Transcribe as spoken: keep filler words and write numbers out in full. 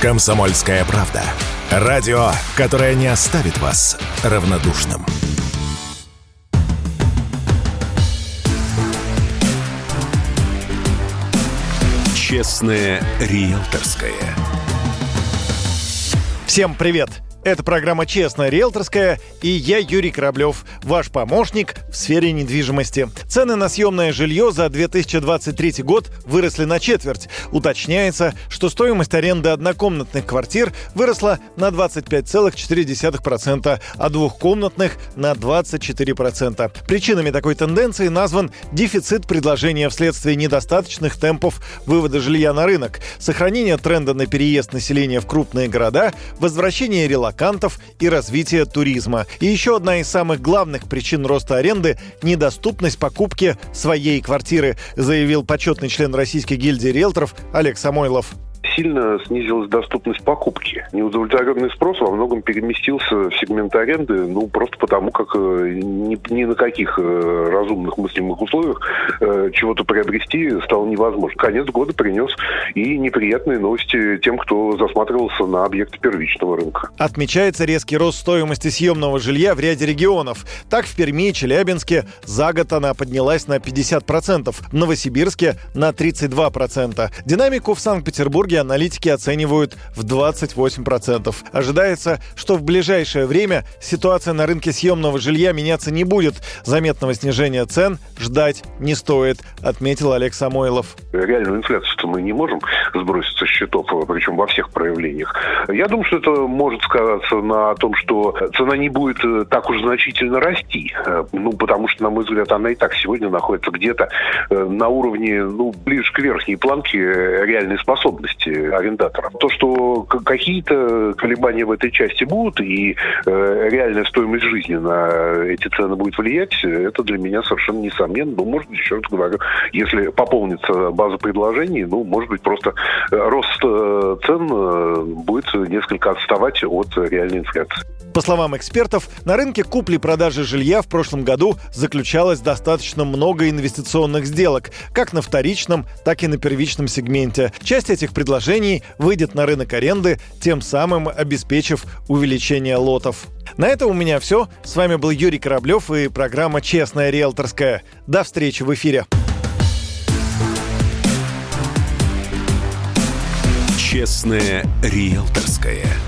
«Комсомольская правда». Радио, которое не оставит вас равнодушным. Честное риэлторское. Всем привет! Это программа «Честная риэлторская», и я, Юрий Кораблев, ваш помощник в сфере недвижимости. Цены на съемное жилье за две тысячи двадцать третий год выросли на четверть. Уточняется, что стоимость аренды однокомнатных квартир выросла на двадцать пять целых четыре десятых процента, а двухкомнатных – на двадцать четыре процента. Причинами такой тенденции назван дефицит предложения вследствие недостаточных темпов вывода жилья на рынок, сохранение тренда на переезд населения в крупные города, возвращение релокации и развития туризма. И еще одна из самых главных причин роста аренды – недоступность покупки своей квартиры, заявил почетный член Российской гильдии риэлторов Олег Самойлов. Сильно снизилась доступность покупки. Неудовлетворенный спрос во многом переместился в сегмент аренды, ну, просто потому, как ни, ни на каких разумных мыслимых условиях э, чего-то приобрести стало невозможно. Конец года принес и неприятные новости тем, кто засматривался на объекты первичного рынка. Отмечается резкий рост стоимости съемного жилья в ряде регионов. Так, в Перми и Челябинске за год она поднялась на пятьдесят процентов, в Новосибирске – на тридцать два процента. Динамику в Санкт-Петербурге аналитики оценивают в двадцать восемь процентов. Ожидается, что в ближайшее время ситуация на рынке съемного жилья меняться не будет. Заметного снижения цен ждать не стоит, отметил Олег Самойлов. Реальную инфляцию-то мы не можем сбросить со счетов, причем во всех проявлениях. Я думаю, что это может сказаться на том, что цена не будет так уж значительно расти. Ну, потому что, на мой взгляд, она и так сегодня находится где-то на уровне, ну, ближе к верхней планке реальной способности арендаторов. То, что какие-то колебания в этой части будут, и э, реальная стоимость жизни на эти цены будет влиять, это для меня совершенно несомненно. Ну, может быть, еще раз говорю, если пополнится база предложений, ну, может быть, просто рост э, цен э, будет несколько отставать от реальной инфляции. По словам экспертов, на рынке купли-продажи жилья в прошлом году заключалось достаточно много инвестиционных сделок, как на вторичном, так и на первичном сегменте. Часть этих предложений выйдет на рынок аренды, тем самым обеспечив увеличение лотов. На этом у меня все. С вами был Юрий Кораблев и программа «Честная риэлторская». До встречи в эфире. Честная риэлторская.